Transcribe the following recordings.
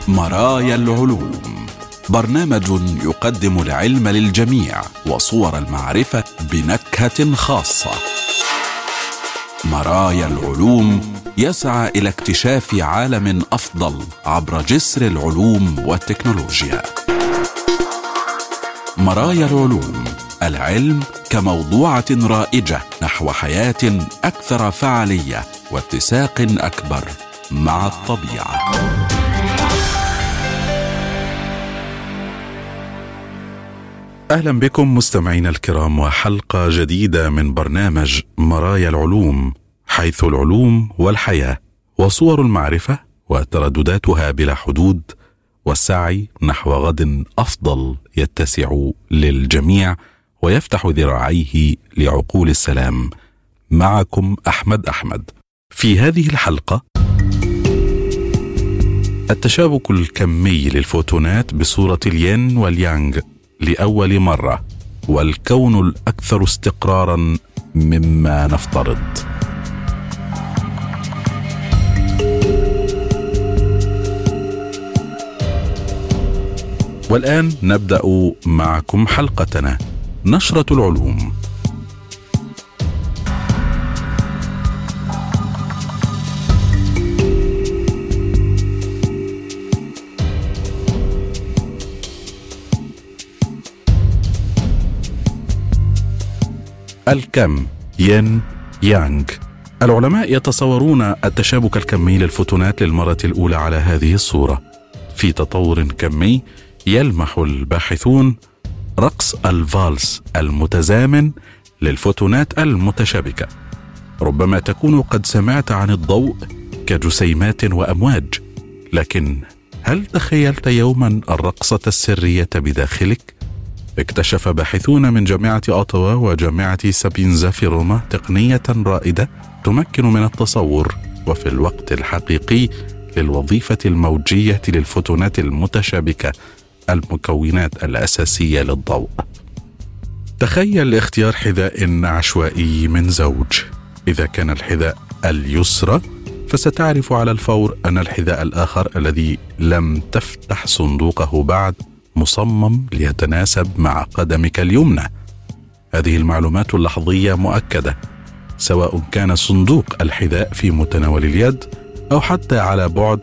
مرايا العلوم، برنامج يقدم العلم للجميع وصور المعرفة بنكهة خاصة. مرايا العلوم يسعى إلى اكتشاف عالم أفضل عبر جسر العلوم والتكنولوجيا. مرايا العلوم، العلم كموضوعة رائجة نحو حياة أكثر فعالية واتساق أكبر مع الطبيعة. أهلا بكم مستمعينا الكرام، وحلقة جديدة من برنامج مرايا العلوم، حيث العلوم والحياة وصور المعرفة وتردداتها بلا حدود، والسعي نحو غد أفضل يتسع للجميع ويفتح ذراعيه لعقول السلام. معكم أحمد. في هذه الحلقة التشابك الكمي للفوتونات بصورة الين واليانغ لأول مرة، والكون الأكثر استقرارا مما نفترض. والآن نبدأ معكم حلقتنا، نشرة العلوم. الكم، ين يانغ. العلماء يتصورون التشابك الكمي للفوتونات للمرة الأولى على هذه الصورة. في تطور كمي يلمح الباحثون رقص الفالس المتزامن للفوتونات المتشابكة. ربما تكون قد سمعت عن الضوء كجسيمات وأمواج، لكن هل تخيلت يوما الرقصة السرية بداخلك؟ اكتشف باحثون من جامعة أوتاوا وجامعة سابينزا في روما تقنية رائدة تمكن من التصور وفي الوقت الحقيقي للوظيفة الموجية للفوتونات المتشابكة، المكونات الأساسية للضوء. تخيل اختيار حذاء عشوائي من زوج. إذا كان الحذاء اليسرى فستعرف على الفور أن الحذاء الآخر الذي لم تفتح صندوقه بعد مصمم ليتناسب مع قدمك اليمنى. هذه المعلومات اللحظية مؤكدة، سواء كان صندوق الحذاء في متناول اليد أو حتى على بعد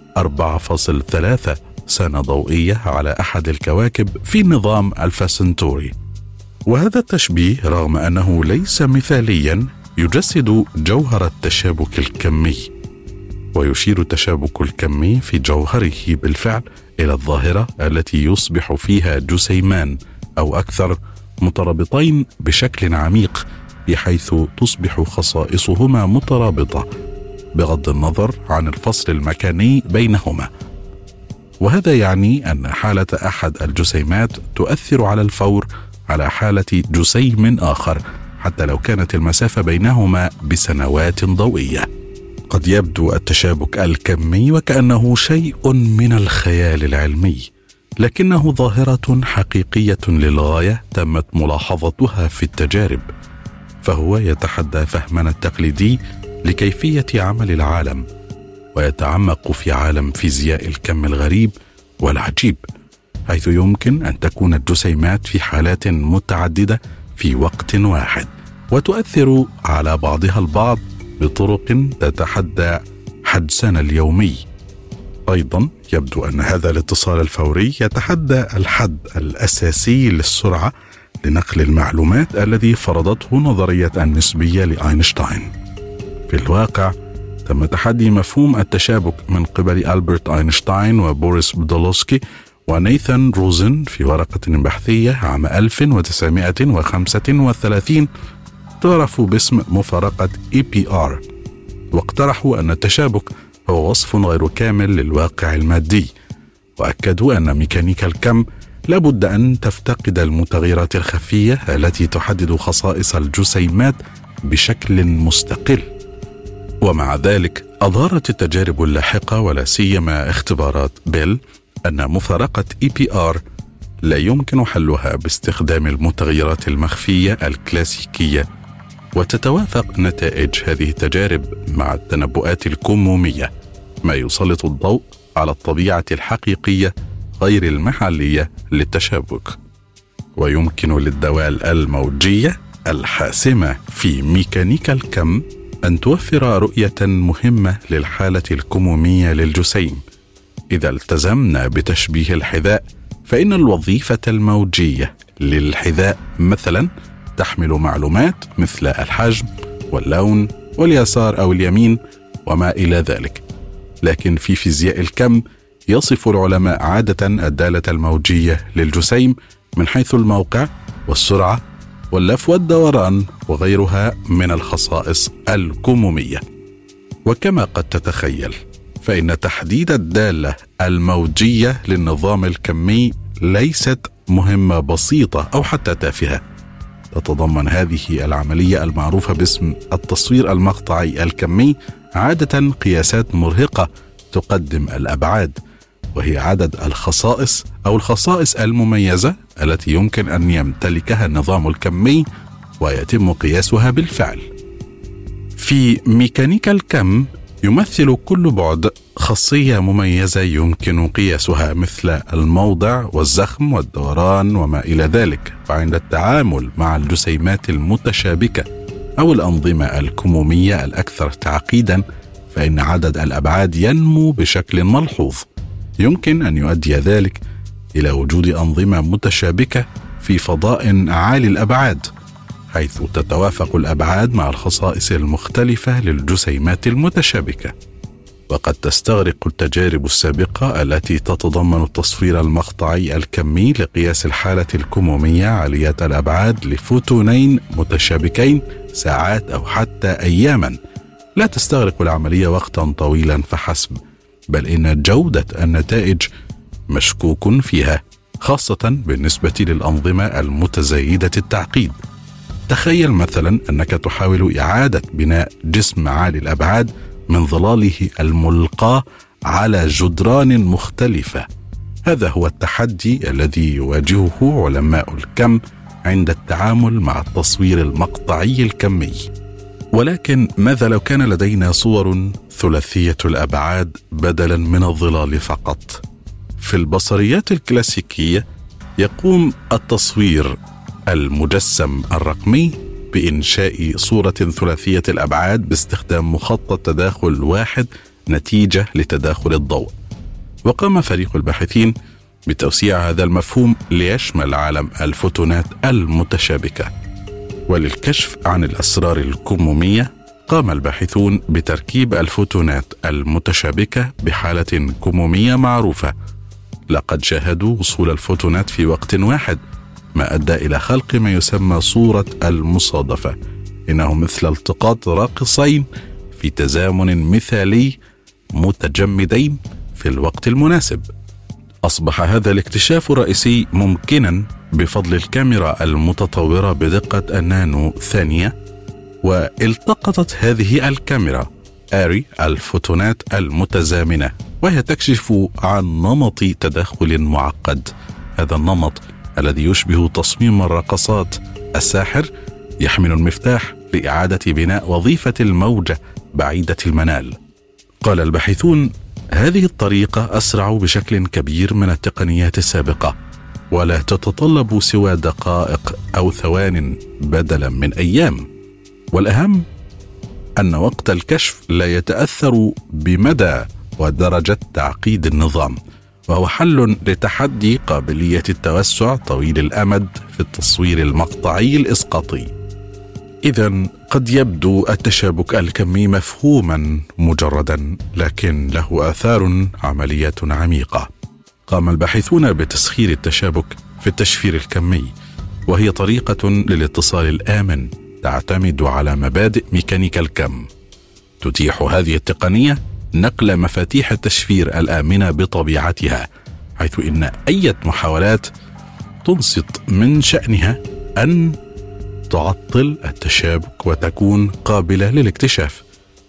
4.3 سنة ضوئية على أحد الكواكب في نظام ألفا سنتوري. وهذا التشبيه رغم أنه ليس مثاليا يجسد جوهر التشابك الكمي، ويشير التشابك الكمي في جوهره بالفعل إلى الظاهرة التي يصبح فيها جسيمان أو أكثر مترابطين بشكل عميق، بحيث تصبح خصائصهما مترابطة بغض النظر عن الفصل المكاني بينهما. وهذا يعني أن حالة أحد الجسيمات تؤثر على الفور على حالة جسيم آخر، حتى لو كانت المسافة بينهما بسنوات ضوئية. قد يبدو التشابك الكمي وكأنه شيء من الخيال العلمي، لكنه ظاهرة حقيقية للغاية تمت ملاحظتها في التجارب، فهو يتحدى فهمنا التقليدي لكيفية عمل العالم، ويتعمق في عالم فيزياء الكم الغريب والعجيب، حيث يمكن أن تكون الجسيمات في حالات متعددة في وقت واحد، وتؤثر على بعضها البعض بطرق تتحدى حدسنا اليومي. أيضا يبدو أن هذا الاتصال الفوري يتحدى الحد الأساسي للسرعة لنقل المعلومات الذي فرضته نظرية النسبية لأينشتاين. في الواقع تم تحدي مفهوم التشابك من قبل ألبرت أينشتاين وبوريس بدولوسكي ونيثان روزن في ورقة بحثية عام 1935 تعرف باسم مفارقة EPR، واقترحوا أن التشابك هو وصف غير كامل للواقع المادي، وأكدوا أن ميكانيكا الكم لابد أن تفتقد المتغيرات الخفية التي تحدد خصائص الجسيمات بشكل مستقل. ومع ذلك أظهرت التجارب اللاحقة ولا سيما اختبارات بيل أن مفارقة EPR لا يمكن حلها باستخدام المتغيرات المخفية الكلاسيكية، وتتوافق نتائج هذه التجارب مع التنبؤات الكمومية، ما يسلط الضوء على الطبيعة الحقيقية غير المحلية للتشابك. ويمكن للدوال الموجية الحاسمة في ميكانيكا الكم أن توفر رؤية مهمة للحالة الكمومية للجسيم. إذا التزمنا بتشبيه الحذاء، فإن الوظيفة الموجية للحذاء مثلا تحمل معلومات مثل الحجم واللون واليسار أو اليمين وما إلى ذلك. لكن في فيزياء الكم يصف العلماء عادة الدالة الموجية للجسيم من حيث الموقع والسرعة واللف والدوران وغيرها من الخصائص الكمومية. وكما قد تتخيل، فإن تحديد الدالة الموجية للنظام الكمي ليست مهمة بسيطة أو حتى تافهة. تتضمن هذه العملية المعروفة باسم التصوير المقطعي الكمي عادة قياسات مرهقة تقدم الأبعاد، وهي عدد الخصائص أو الخصائص المميزة التي يمكن أن يمتلكها النظام الكمي ويتم قياسها بالفعل. في ميكانيكا الكم يمثل كل بعد خاصية مميزة يمكن قياسها مثل الموضع والزخم والدوران وما إلى ذلك. وعند التعامل مع الجسيمات المتشابكة أو الأنظمة الكمومية الأكثر تعقيدا، فإن عدد الأبعاد ينمو بشكل ملحوظ. يمكن أن يؤدي ذلك إلى وجود أنظمة متشابكة في فضاء عالي الأبعاد، حيث تتوافق الأبعاد مع الخصائص المختلفة للجسيمات المتشابكة. وقد تستغرق التجارب السابقة التي تتضمن التصوير المقطعي الكمي لقياس الحالة الكمومية عالية الأبعاد لفوتونين متشابكين ساعات أو حتى أياما. لا تستغرق العملية وقتا طويلا فحسب، بل إن جودة النتائج مشكوك فيها، خاصة بالنسبة للأنظمة المتزايدة التعقيد. تخيل مثلا أنك تحاول إعادة بناء جسم عالي الأبعاد من ظلاله الملقاة على جدران مختلفة. هذا هو التحدي الذي يواجهه علماء الكم عند التعامل مع التصوير المقطعي الكمي. ولكن ماذا لو كان لدينا صور ثلاثية الأبعاد بدلا من الظلال فقط؟ في البصريات الكلاسيكية يقوم التصوير المجسم الرقمي بإنشاء صورة ثلاثية الأبعاد باستخدام مخطط تداخل واحد نتيجة لتداخل الضوء. وقام فريق الباحثين بتوسيع هذا المفهوم ليشمل عالم الفوتونات المتشابكة. وللكشف عن الأسرار الكمومية، قام الباحثون بتركيب الفوتونات المتشابكة بحالة كمومية معروفة. لقد شاهدوا وصول الفوتونات في وقت واحد، ما أدى إلى خلق ما يسمى صورة المصادفة. إنه مثل التقاط راقصين في تزامن مثالي متجمدين في الوقت المناسب. أصبح هذا الاكتشاف الرئيسي ممكنا بفضل الكاميرا المتطورة بدقة النانو ثانية. والتقطت هذه الكاميرا آري الفوتونات المتزامنة، وهي تكشف عن نمط تداخل معقد. هذا النمط الذي يشبه تصميم الرقصات الساحر يحمل المفتاح لإعادة بناء وظيفة الموجة بعيدة المنال. قال الباحثون: هذه الطريقة أسرع بشكل كبير من التقنيات السابقة، ولا تتطلب سوى دقائق أو ثوان بدلا من أيام. والأهم أن وقت الكشف لا يتأثر بمدى ودرجة تعقيد النظام، وهو حل لتحدي قابلية التوسع طويل الأمد في التصوير المقطعي الإسقاطي. إذن قد يبدو التشابك الكمي مفهوما مجردا، لكن له آثار عملية عميقة. قام الباحثون بتسخير التشابك في التشفير الكمي، وهي طريقة للاتصال الآمن تعتمد على مبادئ ميكانيكا الكم. تتيح هذه التقنية نقل مفاتيح التشفير الآمنة بطبيعتها، حيث إن أي محاولات تنصت من شأنها أن تعطل التشابك وتكون قابلة للاكتشاف.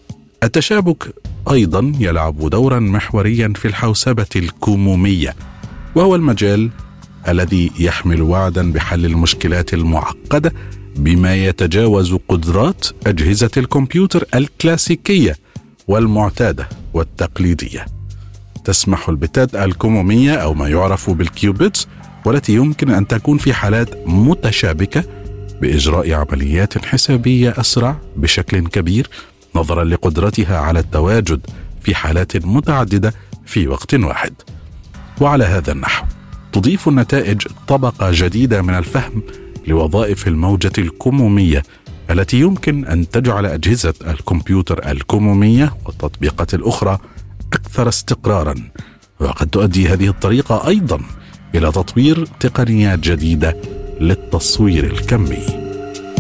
التشابك أيضا يلعب دورا محوريا في الحوسبة الكمومية، وهو المجال الذي يحمل وعدا بحل المشكلات المعقدة بما يتجاوز قدرات أجهزة الكمبيوتر الكلاسيكية والمعتادة والتقليدية. تسمح البتات الكمومية أو ما يعرف بالكيوبيتس، والتي يمكن أن تكون في حالات متشابكة بإجراء عمليات حسابية أسرع بشكل كبير نظرا لقدرتها على التواجد في حالات متعددة في وقت واحد. وعلى هذا النحو تضيف النتائج طبقة جديدة من الفهم لوظائف الموجة الكمومية التي يمكن أن تجعل أجهزة الكمبيوتر الكمومية والتطبيقات الأخرى أكثر استقراراً. وقد تؤدي هذه الطريقة أيضاً إلى تطوير تقنيات جديدة للتصوير الكمي.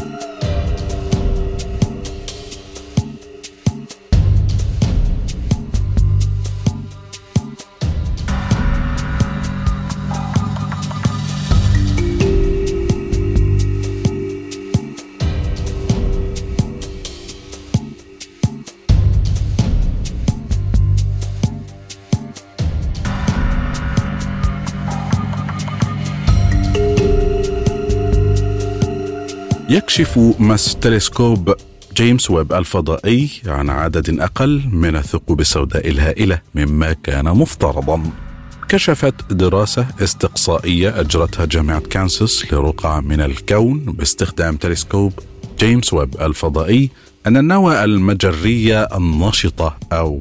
يكشف ماس تلسكوب جيمس ويب الفضائي عن عدد أقل من الثقوب السوداء الهائلة مما كان مفترضا. كشفت دراسة استقصائية أجرتها جامعة كانساس لرقعة من الكون باستخدام تلسكوب جيمس ويب الفضائي أن النواة المجرية النشطة أو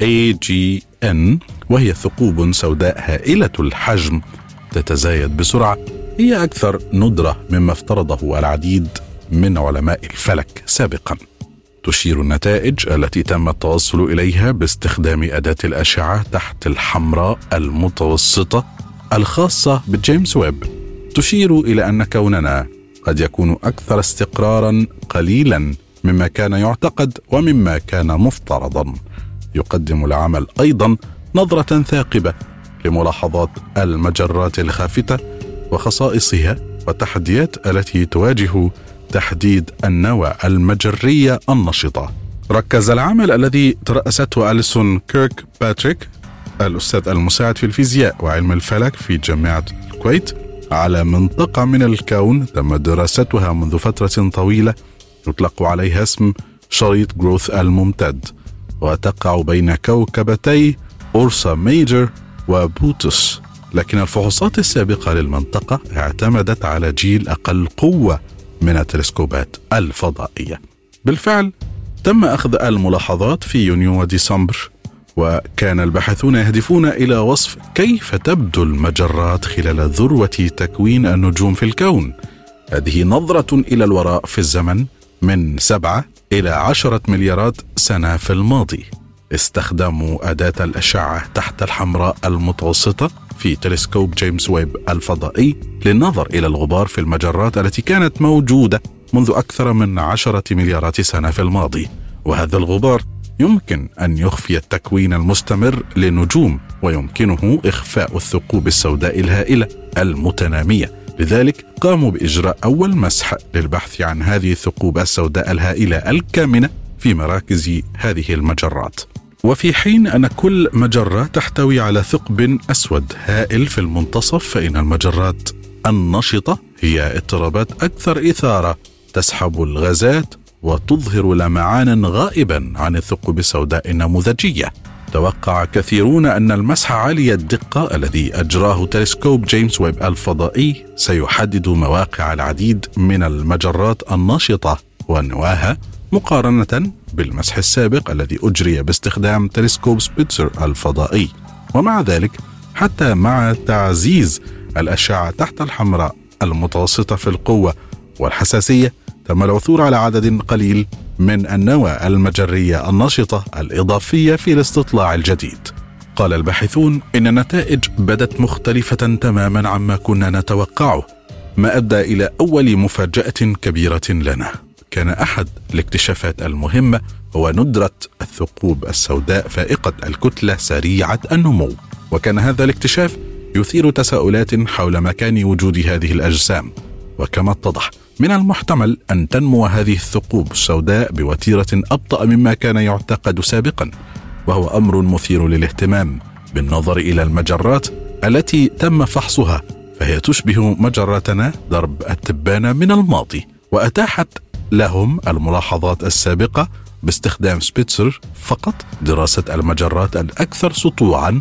AGN، وهي ثقوب سوداء هائلة الحجم تتزايد بسرعة، هي أكثر ندرة مما افترضه العديد من علماء الفلك سابقا. تشير النتائج التي تم التوصل إليها باستخدام أداة الأشعة تحت الحمراء المتوسطة الخاصة بجيمس ويب تشير إلى أن كوننا قد يكون أكثر استقرارا قليلا مما كان يعتقد ومما كان مفترضا. يقدم العمل أيضا نظرة ثاقبة لملاحظات المجرات الخافتة وخصائصها والتحديات التي تواجه تحديد النواة المجرية النشطة. ركز العمل الذي ترأسته أليسون كيرك باتريك الأستاذ المساعد في الفيزياء وعلم الفلك في جامعة الكويت على منطقة من الكون تم دراستها منذ فترة طويلة يطلق عليها اسم شريط جروث الممتد، وتقع بين كوكبتي أورسا ميجر وبوتوس. لكن الفحوصات السابقة للمنطقة اعتمدت على جيل أقل قوة من التلسكوبات الفضائية. بالفعل تم أخذ الملاحظات في يونيو وديسمبر، وكان الباحثون يهدفون إلى وصف كيف تبدو المجرات خلال ذروة تكوين النجوم في الكون. هذه نظرة إلى الوراء في الزمن من 7 إلى 10 مليارات سنة في الماضي. استخدموا أداة الأشعة تحت الحمراء المتوسطة في تلسكوب جيمس ويب الفضائي للنظر إلى الغبار في المجرات التي كانت موجودة منذ أكثر من 10 مليارات سنة في الماضي. وهذا الغبار يمكن أن يخفي التكوين المستمر للنجوم، ويمكنه إخفاء الثقوب السوداء الهائلة المتنامية. لذلك قاموا بإجراء أول مسح للبحث عن هذه الثقوب السوداء الهائلة الكامنة في مراكز هذه المجرات. وفي حين أن كل مجرة تحتوي على ثقب أسود هائل في المنتصف، فإن المجرات النشطة هي اضطرابات أكثر إثارة تسحب الغازات وتظهر لمعانا غائبا عن الثقوب السوداء النموذجية. توقع كثيرون أن المسح عالي الدقة الذي أجراه تلسكوب جيمس ويب الفضائي سيحدد مواقع العديد من المجرات النشطة ونواها، مقارنة بالمسح السابق الذي أجري باستخدام تلسكوب سبيتزر الفضائي. ومع ذلك حتى مع تعزيز الأشعة تحت الحمراء المتوسطة في القوة والحساسية، تم العثور على عدد قليل من النواة المجرية النشطة الإضافية في الاستطلاع الجديد. قال الباحثون إن النتائج بدت مختلفة تماما عما كنا نتوقعه، ما أدى إلى أول مفاجأة كبيرة لنا. كان أحد الاكتشافات المهمة هو ندرة الثقوب السوداء فائقة الكتلة سريعة النمو، وكان هذا الاكتشاف يثير تساؤلات حول مكان وجود هذه الأجسام. وكما اتضح من المحتمل أن تنمو هذه الثقوب السوداء بوتيرة أبطأ مما كان يعتقد سابقا، وهو أمر مثير للاهتمام بالنظر إلى المجرات التي تم فحصها، فهي تشبه مجرتنا درب التبانة من الماضي، وأتاحت لهم الملاحظات السابقة باستخدام سبيتزر فقط دراسة المجرات الأكثر سطوعا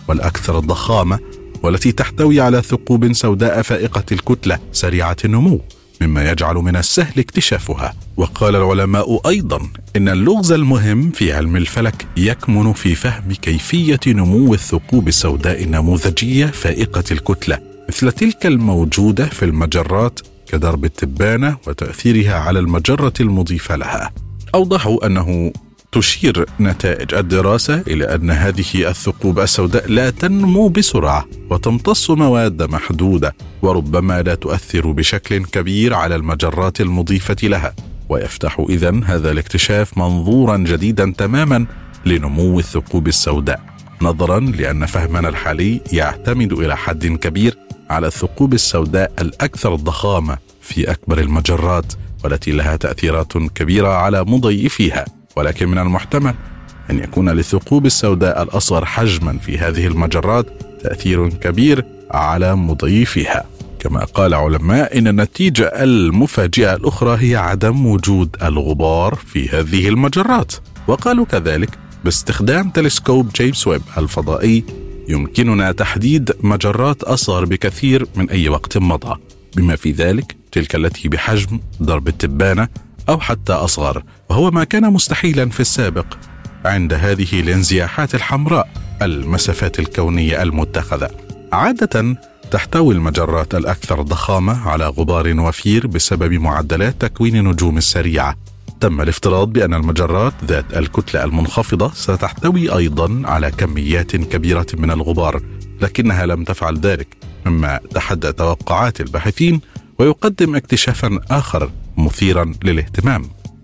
والأكثر ضخامة، والتي تحتوي على ثقوب سوداء فائقة الكتلة سريعة النمو، مما يجعل من السهل اكتشافها. وقال العلماء أيضا إن اللغز المهم في علم الفلك يكمن في فهم كيفية نمو الثقوب السوداء النموذجية فائقة الكتلة، مثل تلك الموجودة في المجرات كدرب التبانة وتأثيرها على المجرة المضيفة لها. أوضحوا أنه تشير نتائج الدراسة إلى أن هذه الثقوب السوداء لا تنمو بسرعة وتمتص مواد محدودة، وربما لا تؤثر بشكل كبير على المجرات المضيفة لها، ويفتح إذن هذا الاكتشاف منظورا جديدا تماما لنمو الثقوب السوداء، نظرا لأن فهمنا الحالي يعتمد إلى حد كبير على الثقوب السوداء الأكثر ضخامة في أكبر المجرات، والتي لها تأثيرات كبيرة على مضيفيها. ولكن من المحتمل أن يكون للثقوب السوداء الأصغر حجما في هذه المجرات تأثير كبير على مضيفها. كما قال علماء إن النتيجة المفاجئة الأخرى هي عدم وجود الغبار في هذه المجرات. وقالوا كذلك باستخدام تلسكوب جيمس ويب الفضائي يمكننا تحديد مجرات أصغر بكثير من أي وقت مضى، بما في ذلك تلك التي بحجم درب التبانة أو حتى أصغر، وهو ما كان مستحيلا في السابق عند هذه الانزياحات الحمراء المسافات الكونية المتخذة. عادة تحتوي المجرات الأكثر ضخامة على غبار وفير بسبب معدلات تكوين النجوم السريعة. تم الافتراض بأن المجرات ذات الكتلة المنخفضة ستحتوي أيضا على كميات كبيرة من الغبار، لكنها لم تفعل ذلك، مما تحدى توقعات الباحثين ويقدم اكتشافا آخر مثيرا للاهتمام.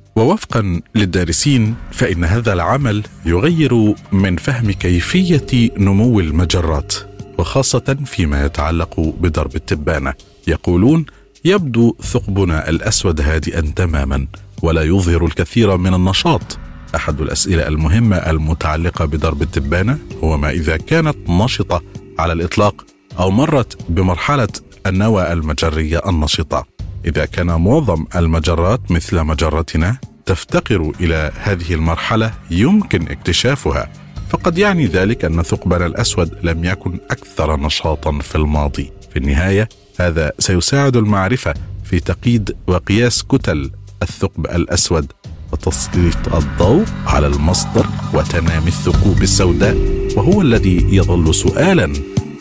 ووفقا للدارسين فإن هذا العمل يغير من فهم كيفية نمو المجرات، وخاصة فيما يتعلق بدرب التبانة. يقولون يبدو ثقبنا الأسود هادئا تماما ولا يظهر الكثير من النشاط. أحد الأسئلة المهمة المتعلقة بدرب التبانة هو ما إذا كانت نشطة على الإطلاق أو مرت بمرحلة النواة المجرية النشطة. إذا كان معظم المجرات مثل مجرتنا تفتقر إلى هذه المرحلة يمكن اكتشافها، فقد يعني ذلك أن ثقبنا الأسود لم يكن أكثر نشاطا في الماضي. في النهاية هذا سيساعد المعرفة في تقييد وقياس كتل الثقب الأسود وتسليط الضوء على المصدر وتنامي الثقوب السوداء، وهو الذي يظل سؤالا.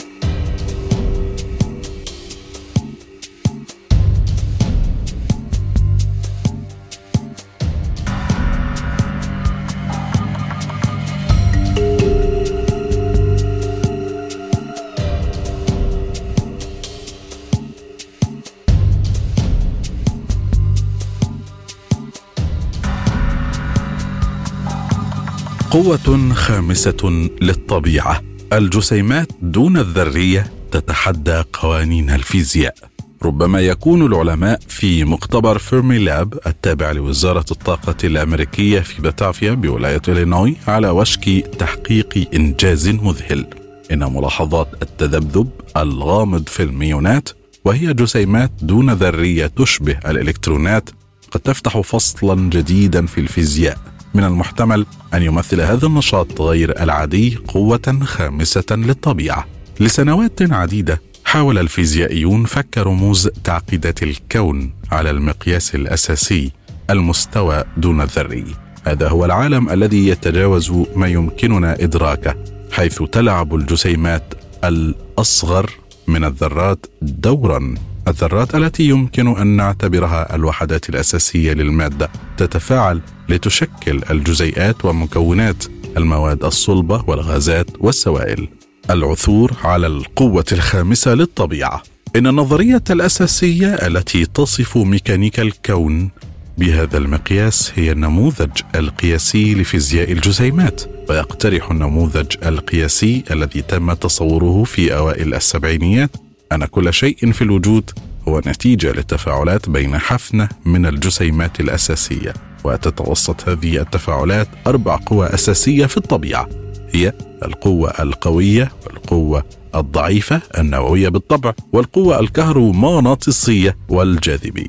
قوة خامسة للطبيعة. الجسيمات دون الذرية تتحدى قوانين الفيزياء. ربما يكون العلماء في مختبر فيرمي لاب التابع لوزارة الطاقة الأمريكية في باتافيا بولاية إلينوي على وشك تحقيق إنجاز مذهل. إن ملاحظات التذبذب الغامض في الميونات، وهي جسيمات دون ذرية تشبه الإلكترونات، قد تفتح فصلا جديدا في الفيزياء. من المحتمل أن يمثل هذا النشاط غير العادي قوة خامسة للطبيعة. لسنوات عديدة حاول الفيزيائيون فك رموز تعقيدات الكون على المقياس الأساسي، المستوى دون الذري. هذا هو العالم الذي يتجاوز ما يمكننا إدراكه، حيث تلعب الجسيمات الأصغر من الذرات دورا. الذرات التي يمكن أن نعتبرها الوحدات الأساسية للمادة تتفاعل لتشكل الجزيئات ومكونات المواد الصلبة والغازات والسوائل. العثور على القوة الخامسة للطبيعة. إن النظرية الأساسية التي تصف ميكانيكا الكون بهذا المقياس هي النموذج القياسي لفيزياء الجسيمات. ويقترح النموذج القياسي الذي تم تصوره في أوائل السبعينيات أن كل شيء في الوجود هو نتيجة للتفاعلات بين حفنة من الجسيمات الأساسية. وتتوسط هذه التفاعلات 4 قوى أساسية في الطبيعة، هي القوة القوية والقوة الضعيفة النووية بالطبع، والقوة الكهرومغناطيسية والجاذبية.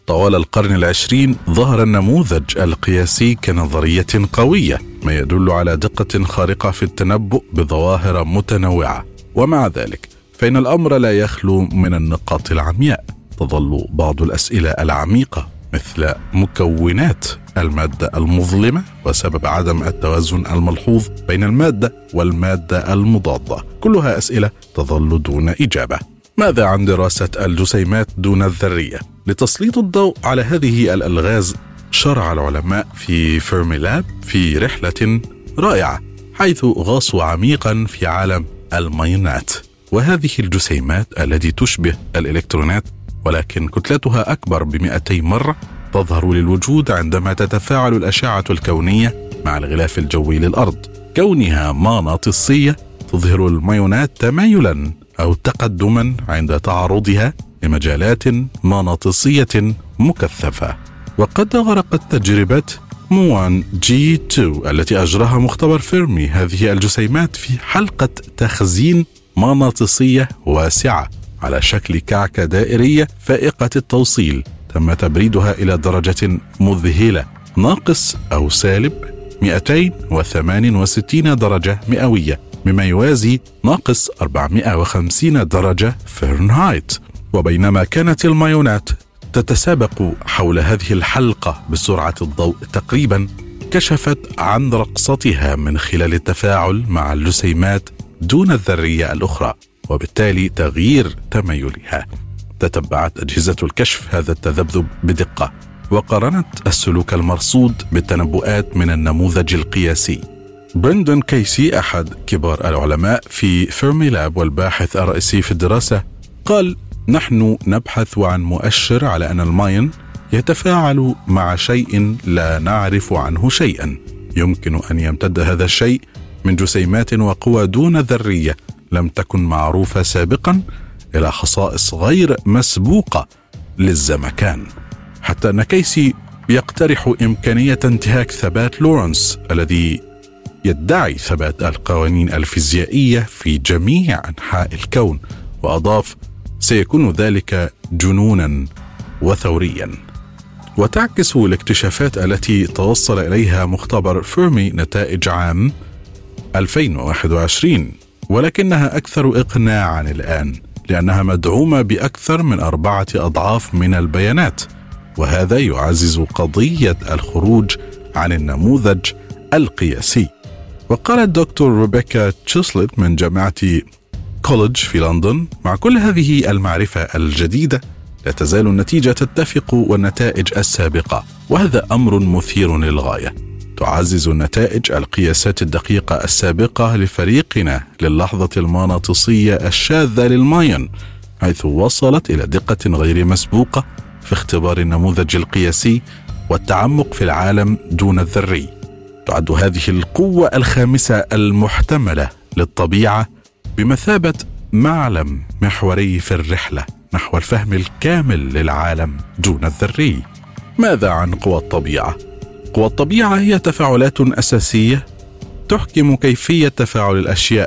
طوال القرن العشرين ظهر النموذج القياسي كنظرية قوية، ما يدل على دقة خارقة في التنبؤ بظواهر متنوعة. ومع ذلك فإن الأمر لا يخلو من النقاط العمياء. تظل بعض الأسئلة العميقة مثل مكونات المادة المظلمة وسبب عدم التوازن الملحوظ بين المادة والمادة المضادة، كلها أسئلة تظل دون إجابة. ماذا عن دراسة الجسيمات دون الذرية؟ لتسليط الضوء على هذه الألغاز شرع العلماء في فيرميلاب في رحلة رائعة، حيث غاصوا عميقا في عالم المايونات، وهذه الجسيمات التي تشبه الإلكترونات ولكن كتلتها أكبر ب200 مرة، تظهر للوجود عندما تتفاعل الأشعة الكونية مع الغلاف الجوي للأرض. كونها مغناطيسية تظهر المايونات تمايلا أو تقدما عند تعرضها لمجالات مغناطيسية مكثفة. وقد غرقت تجربة موان جي 2 التي أجراها مختبر فيرمي هذه الجسيمات في حلقة تخزين مغناطيسية واسعة على شكل كعكة دائرية فائقة التوصيل، تم تبريدها إلى درجة مذهلة ناقص أو سالب 268 درجة مئوية، مما يوازي ناقص 450 درجة فahrenheit. وبينما كانت المايونات تتسابق حول هذه الحلقة بسرعة الضوء تقريبا، كشفت عن رقصتها من خلال التفاعل مع الجسيمات دون الذرية الأخرى، وبالتالي تغيير تمايلها. تتبعت أجهزة الكشف هذا التذبذب بدقة، وقارنت السلوك المرصود بالتنبؤات من النموذج القياسي. برندون كيسي أحد كبار العلماء في فيرميلاب والباحث الرئيسي في الدراسة قال: نحن نبحث عن مؤشر على أن الماين يتفاعل مع شيء لا نعرف عنه شيئا. يمكن أن يمتد هذا الشيء من جسيمات وقوى دون ذرية لم تكن معروفة سابقا إلى خصائص غير مسبوقة للزمكان، حتى أن كيسي يقترح إمكانية انتهاك ثبات لورنس الذي يدعي ثبات القوانين الفيزيائية في جميع أنحاء الكون، وأضاف: سيكون ذلك جنونا وثوريا. وتعكس الاكتشافات التي توصل إليها مختبر فيرمي نتائج عام 2021، ولكنها أكثر إقناعا الآن لأنها مدعومة بأكثر من 4 أضعاف من البيانات، وهذا يعزز قضية الخروج عن النموذج القياسي. وقال الدكتور ريبيكا تشيسلت من جامعة كوليدج في لندن: مع كل هذه المعرفة الجديدة لا تزال النتيجة تتفق والنتائج السابقة، وهذا أمر مثير للغاية. تعزز النتائج القياسات الدقيقة السابقة لفريقنا للحظة المغناطيسية الشاذة للماين، حيث وصلت إلى دقة غير مسبوقة في اختبار النموذج القياسي والتعمق في العالم دون الذري. تعد هذه القوة الخامسة المحتملة للطبيعة بمثابة معلم محوري في الرحلة نحو الفهم الكامل للعالم دون الذري. ماذا عن قوى الطبيعة؟ قوى الطبيعة هي تفاعلات أساسية تحكم كيفية تفاعل الأشياء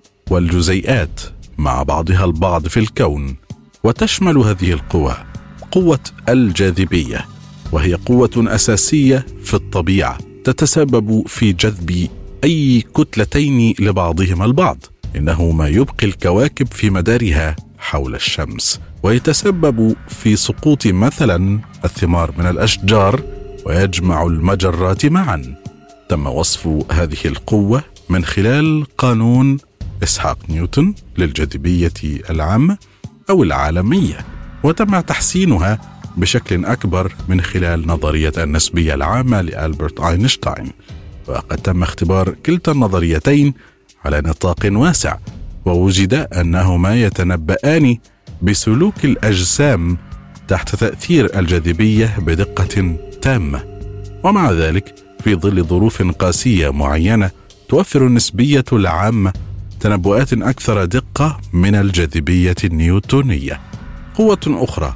والجزيئات مع بعضها البعض في الكون، وتشمل هذه القوى قوة الجاذبية، وهي قوة أساسية في الطبيعة تتسبب في جذب أي كتلتين لبعضهما البعض. إنه ما يبقي الكواكب في مدارها حول الشمس، ويتسبب في سقوط مثلا الثمار من الأشجار، ويجمع المجرات معا. تم وصف هذه القوة من خلال قانون إسحاق نيوتن للجاذبية العامة أو العالمية، وتم تحسينها بشكل أكبر من خلال نظرية النسبية العامة لألبرت أينشتاين. وقد تم اختبار كلتا النظريتين على نطاق واسع، ووجد أنهما يتنبأان بسلوك الأجسام تحت تأثير الجاذبية بدقة تامة. ومع ذلك في ظل ظروف قاسية معينة توفر النسبية العامة تنبؤات أكثر دقة من الجاذبية النيوتونية. قوة أخرى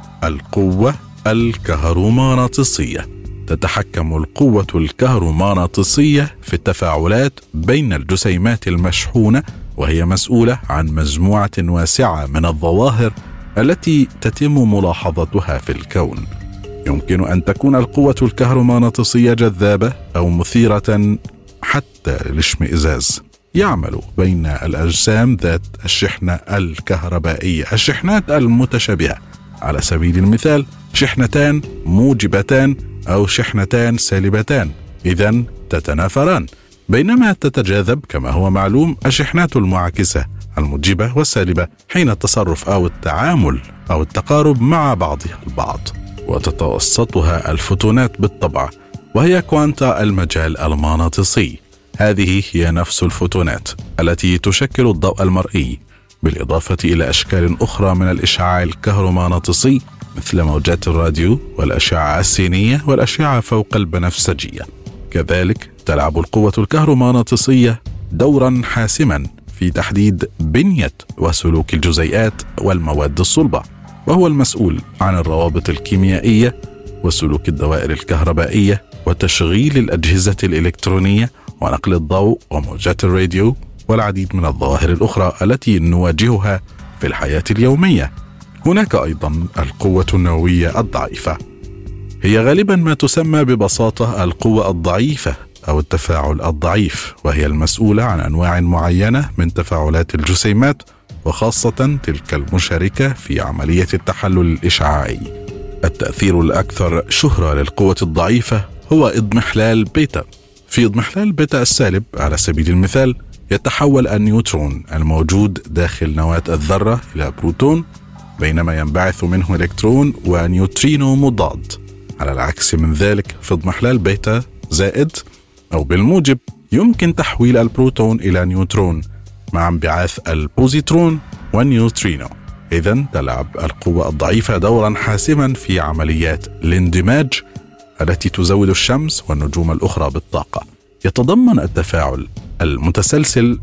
القوة الكهرومغناطيسية. تتحكم القوة الكهرومغناطيسية في التفاعلات بين الجسيمات المشحونة، وهي مسؤولة عن مجموعة واسعة من الظواهر التي تتم ملاحظتها في الكون. يمكن أن تكون القوة الكهرومغناطيسية جذابة أو مثيرة حتى للاشمئزاز. يعمل بين الأجسام ذات الشحنة الكهربائية الشحنات المتشابهة، على سبيل المثال شحنتان موجبتان أو شحنتان سالبتان، إذن تتنافران، بينما تتجاذب كما هو معلوم الشحنات المعاكسة الموجبة والسالبة حين التصرف أو التعامل أو التقارب مع بعضها البعض. وتتوسطها الفوتونات بالطبع، وهي كوانتا المجال المغناطيسي. هذه هي نفس الفوتونات التي تشكل الضوء المرئي، بالإضافة إلى أشكال أخرى من الإشعاع الكهرومغناطيسي مثل موجات الراديو والأشعة السينية والأشعة فوق البنفسجية. كذلك تلعب القوة الكهرومغناطيسية دورا حاسما في تحديد بنية وسلوك الجزيئات والمواد الصلبة، وهو المسؤول عن الروابط الكيميائية وسلوك الدوائر الكهربائية وتشغيل الأجهزة الإلكترونية ونقل الضوء وموجات الراديو والعديد من الظواهر الأخرى التي نواجهها في الحياة اليومية. هناك أيضا القوة النووية الضعيفة، هي غالبا ما تسمى ببساطة القوة الضعيفة أو التفاعل الضعيف، وهي المسؤولة عن أنواع معينة من تفاعلات الجسيمات، وخاصة تلك المشاركة في عملية التحلل الإشعاعي. التأثير الأكثر شهرة للقوة الضعيفة هو اضمحلال بيتا. في اضمحلال بيتا السالب على سبيل المثال يتحول النيوترون الموجود داخل نواة الذرة إلى بروتون، بينما ينبعث منه إلكترون ونيوترينو مضاد. على العكس من ذلك في اضمحلال بيتا زائد أو بالموجب يمكن تحويل البروتون إلى نيوترون مع انبعاث البوزيترون والنيوترينو. إذن تلعب القوة الضعيفة دورا حاسما في عمليات الاندماج التي تزود الشمس والنجوم الأخرى بالطاقة. يتضمن التفاعل المتسلسل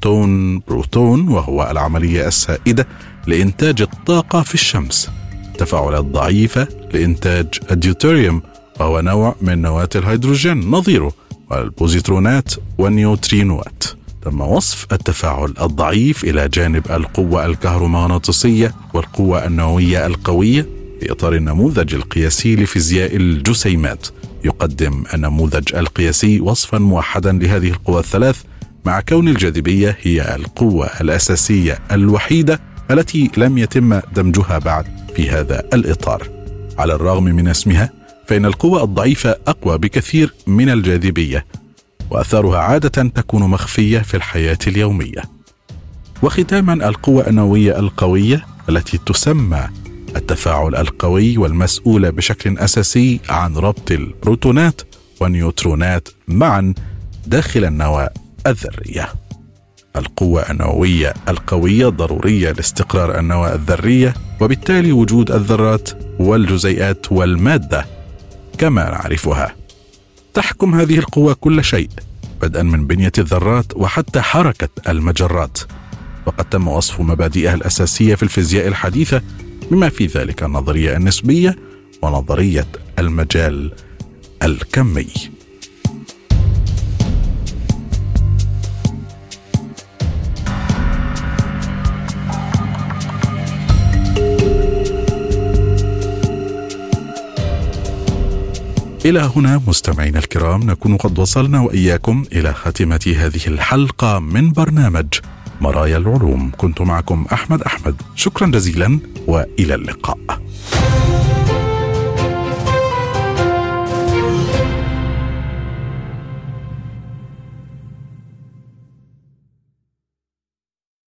بروتون وهو العملية السائدة لإنتاج الطاقة في الشمس، تفاعلات ضعيفة لإنتاج الديوتيريوم وهو نوع من نواة الهيدروجين نظيره، والبوزيترونات والنيوترينوات. تم وصف التفاعل الضعيف إلى جانب القوة الكهرومغناطيسية والقوة النووية القوية في إطار النموذج القياسي لفيزياء الجسيمات. يقدم النموذج القياسي وصفا موحدا لهذه القوى الثلاث، مع كون الجاذبية هي القوة الأساسية الوحيدة التي لم يتم دمجها بعد في هذا الإطار. على الرغم من اسمها فإن القوة الضعيفة أقوى بكثير من الجاذبية، وأثارها عادة تكون مخفية في الحياة اليومية. وختاما القوة النووية القوية التي تسمى التفاعل القوي والمسؤولة بشكل أساسي عن ربط البروتونات والنيوترونات معا داخل النواة الذرية. القوة النووية القوية ضرورية لاستقرار النواة الذرية، وبالتالي وجود الذرات والجزيئات والمادة كما نعرفها. تحكم هذه القوة كل شيء، بدءا من بنية الذرات وحتى حركة المجرات، وقد تم وصف مبادئها الأساسية في الفيزياء الحديثة، بما في ذلك النظرية النسبية ونظرية المجال الكمي. إلى هنا مستمعينا الكرام نكون قد وصلنا وإياكم إلى خاتمة هذه الحلقة من برنامج مرايا العلوم. كنت معكم أحمد. شكرا جزيلا وإلى اللقاء.